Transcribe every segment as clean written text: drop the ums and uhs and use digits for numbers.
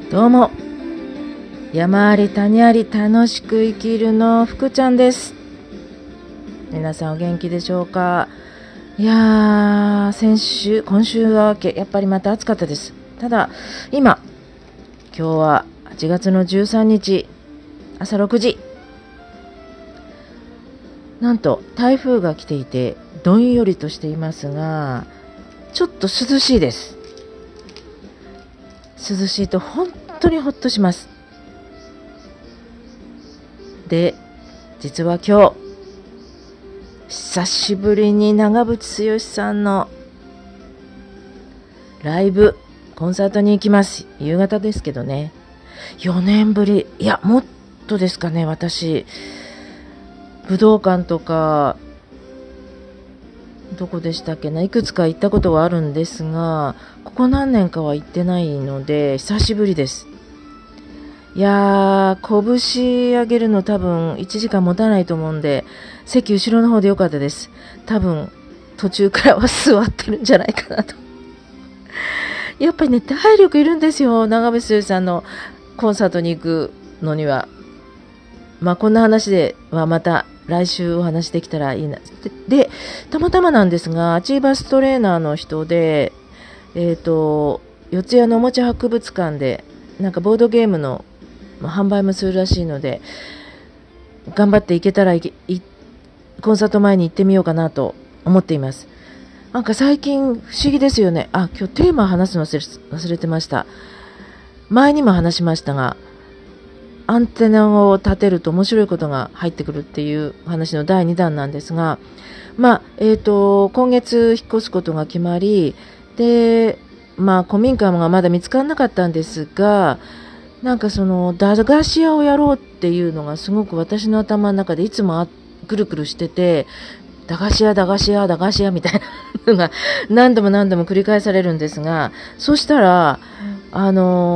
どうも、山あり谷あり楽しく生きるの福ちゃんです。皆さんお元気でしょうか。いやー、今週はやっぱりまた暑かったです。ただ今日は8月の13日朝6時、なんと台風が来ていてどんよりとしていますが、ちょっと涼しいです。涼しいと本当にほっとします。で、実は今日久しぶりに長渕剛さんのライブコンサートに行きます。夕方ですけどね。4年ぶり、いやもっとですかね。私武道館とかどこでしたっけな、いくつか行ったことはあるんですが、ここ何年かは行ってないので久しぶりです。いやー、拳上げるの多分1時間持たないと思うんで、席後ろの方でよかったです。多分途中からは座ってるんじゃないかなと。やっぱりね、体力いるんですよ、長渕剛さんのコンサートに行くのには。こんな話ではまた来週お話できたらいいな。で、たまたまなんですが、アチーバストレーナーの人で、四谷のおもちゃ博物館でなんかボードゲームの販売もするらしいので、頑張っていけたらコンサート前に行ってみようかなと思っています。なんか最近不思議ですよね。今日テーマ話すの忘れてました。前にも話しましたが、アンテナを立てると面白いことが入ってくるっていう話の第2弾なんですが、今月引っ越すことが決まり、で、古民家がまだ見つからなかったんですが、なんかその駄菓子屋をやろうっていうのがすごく私の頭の中でいつもくるくるしてて、駄菓子屋みたいなのが何度も繰り返されるんですが、そしたら上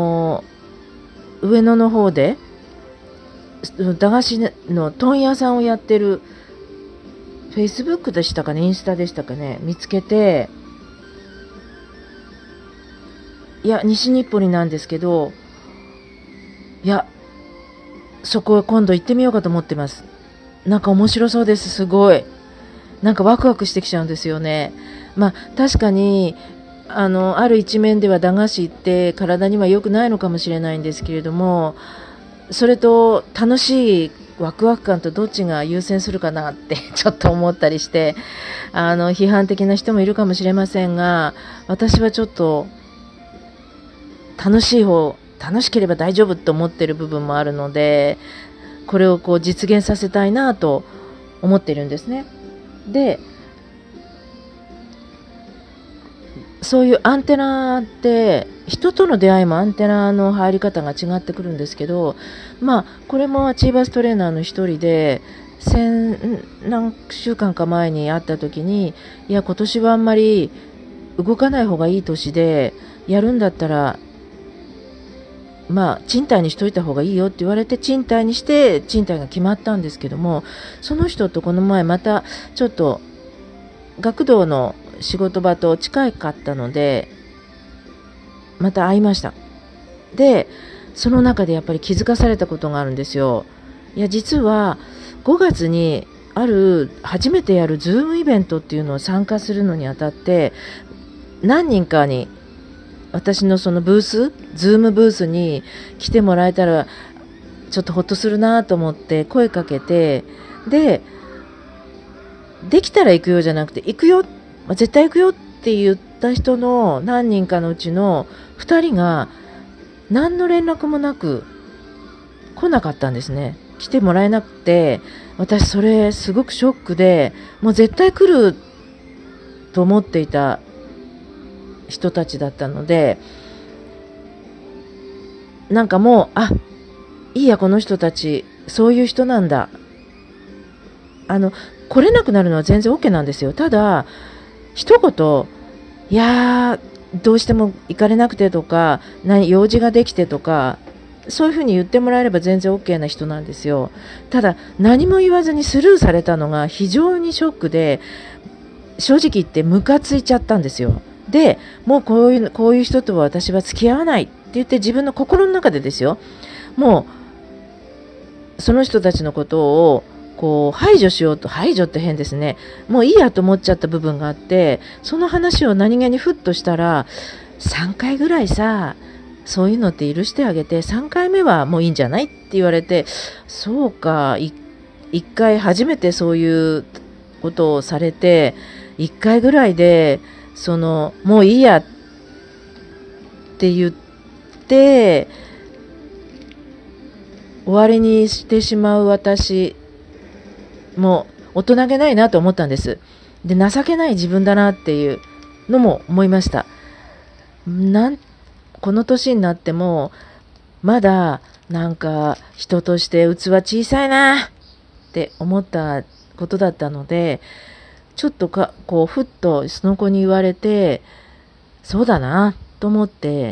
野の方で駄菓子の問屋さんをやってる、フェイスブックでしたかね、インスタでしたかね、見つけて、いや西日暮里なんですけど、いやそこへ今度行ってみようかと思ってます。なんか面白そうです。すごいなんかワクワクしてきちゃうんですよね。確かにある一面では駄菓子って体には良くないのかもしれないんですけれども、それと楽しいワクワク感とどっちが優先するかなってちょっと思ったりして、批判的な人もいるかもしれませんが、私はちょっと楽しければ大丈夫と思っている部分もあるので、これを実現させたいなと思っているんですね。で、そういうアンテナって人との出会いもアンテナの入り方が違ってくるんですけど、これもアチーバーストレーナーの一人で何週間か前に会った時に、いや今年はあんまり動かない方がいい年で、やるんだったら賃貸にしといた方がいいよって言われて、賃貸にして賃貸が決まったんですけども、その人とこの前またちょっと学童の仕事場と近かったのでまた会いました。で、その中でやっぱり気づかされたことがあるんですよ。いや実は5月に初めてやるズームイベントっていうのを参加するのにあたって、何人かに私のそのズームブースに来てもらえたらちょっとほっとするなと思って声かけて、できたら行くよじゃなくて、行くよ、絶対行くよって言った人の何人かのうちの2人が何の連絡もなく来なかったんですね。来てもらえなくて、私それすごくショックで、もう絶対来ると思っていた人たちだったので、なんかもういいや、この人たちそういう人なんだ、来れなくなるのは全然 OK なんですよ。ただ一言、いやどうしても行かれなくてとか、用事ができてとか、そういうふうに言ってもらえれば全然 OK な人なんですよ。ただ何も言わずにスルーされたのが非常にショックで、正直言ってムカついちゃったんですよ。で、もうこういう人とは私は付き合わないっ言って自分の心の中でですよ、もうその人たちのことをこう排除しようと、排除って変ですね。もういいやと思っちゃった部分があって、その話を何気にふっとしたら、3回ぐらいさ、そういうのって許してあげて、3回目はもういいんじゃないって言われて、そうか、1回初めてそういうことをされて、1回ぐらいで、もういいやって言って、終わりにしてしまう私、もう大人げないなと思ったんです。で、情けない自分だなっていうのも思いました。この年になっても、まだなんか人として器小さいなって思ったことだったので、ちょっとこうふっとその子に言われて、そうだなと思って、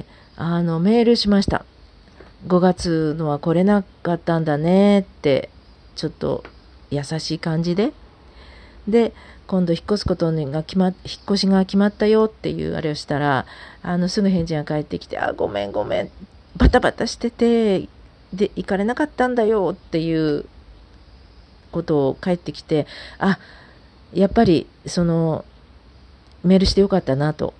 メールしました。5月のは来れなかったんだねって、ちょっと優しい感じで。で、今度引っ越しが決まったよっていうあれをしたら、すぐ返事が返ってきて、ごめん、バタバタしてて、で、行かれなかったんだよっていうことを返ってきて、やっぱり、メールしてよかったなと。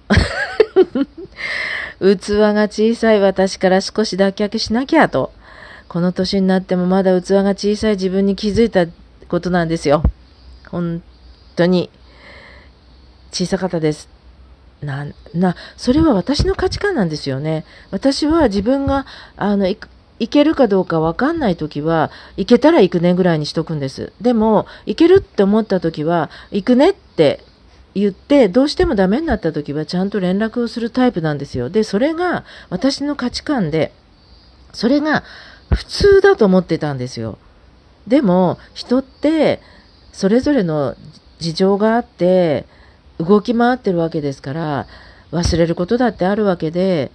器が小さい私から少し脱却しなきゃと。この年になってもまだ器が小さい自分に気づいたことなんですよ。本当に小さかったです。それは私の価値観なんですよね。私は自分が行けるかどうか分かんないときは、行けたら行くねぐらいにしとくんです。でも行けるって思ったときは行くねって言って、どうしてもダメになったときはちゃんと連絡をするタイプなんですよ。で、それが私の価値観で、それが普通だと思ってたんですよ。でも人ってそれぞれの事情があって動き回ってるわけですから、忘れることだってあるわけで、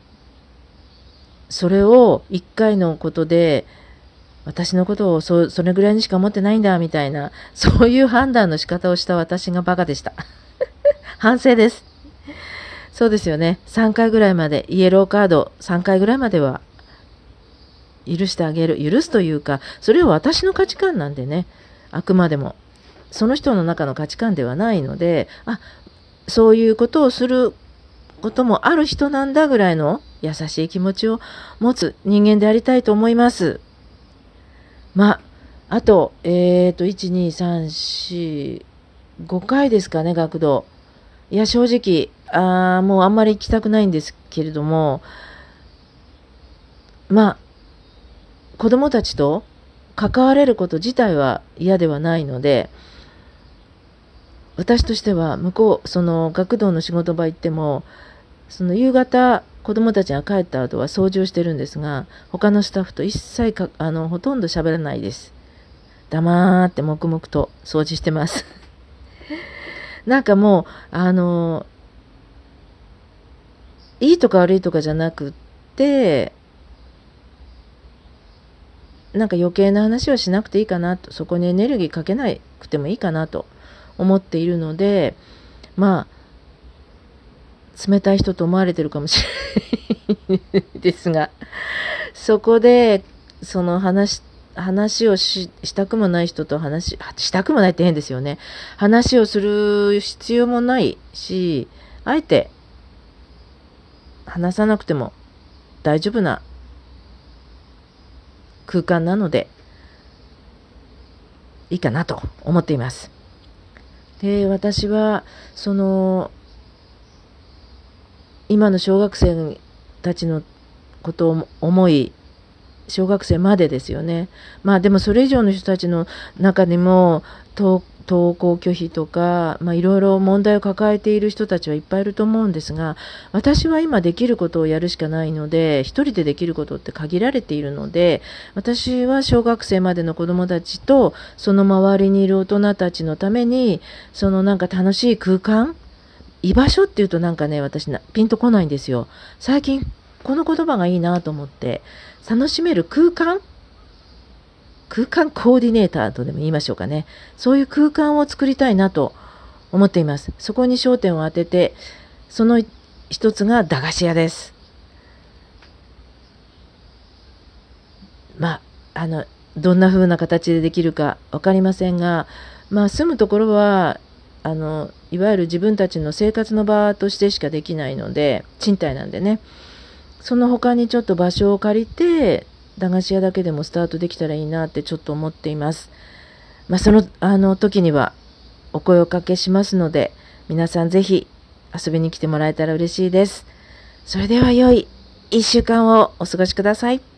それを一回のことで私のことをそれぐらいにしか思ってないんだみたいな、そういう判断の仕方をした私がバカでした。反省です。そうですよね。3回ぐらいまで、イエローカード3回ぐらいまでは許してあげる。許すというか、それは私の価値観なんでね、あくまでもその人の中の価値観ではないので、そういうことをすることもある人なんだぐらいの優しい気持ちを持つ人間でありたいと思います。あと、1、2、3、4、5回ですかね、学童。いや、正直、もうあんまり行きたくないんですけれども、子供たちと関われること自体は嫌ではないので、私としては学童の仕事場行っても、夕方子供たちが帰った後は掃除をしてるんですが、他のスタッフと一切ほとんど喋らないです。黙って黙々と掃除してます。なんかもういいとか悪いとかじゃなくって、なんか余計な話はしなくていいかなと、そこにエネルギーかけなくてもいいかなと思っているので、冷たい人と思われてるかもしれないですが、そこで話をしたくもない人としたくもないって変ですよね。話をする必要もないし、あえて話さなくても大丈夫な空間なのでいいかなと思っています。で、私は今の小学生たちのことを思い、小学生までですよね。でもそれ以上の人たちの中にも登校拒否とか、いろいろ問題を抱えている人たちはいっぱいいると思うんですが、私は今できることをやるしかないので、一人でできることって限られているので、私は小学生までの子どもたちとその周りにいる大人たちのために、なんか楽しい空間、居場所っていうとなんかね、私ピンとこないんですよ。最近この言葉がいいなと思って、楽しめる空間コーディネーターとでも言いましょうかね。そういう空間を作りたいなと思っています。そこに焦点を当てて、その一つが駄菓子屋です。 どんな風な形でできるか分かりませんが、住むところはいわゆる自分たちの生活の場としてしかできないので、賃貸なんでね、その他にちょっと場所を借りて、駄菓子屋だけでもスタートできたらいいなってちょっと思っています。その時にはお声をかけしますので、皆さんぜひ遊びに来てもらえたら嬉しいです。それでは良い1週間をお過ごしください。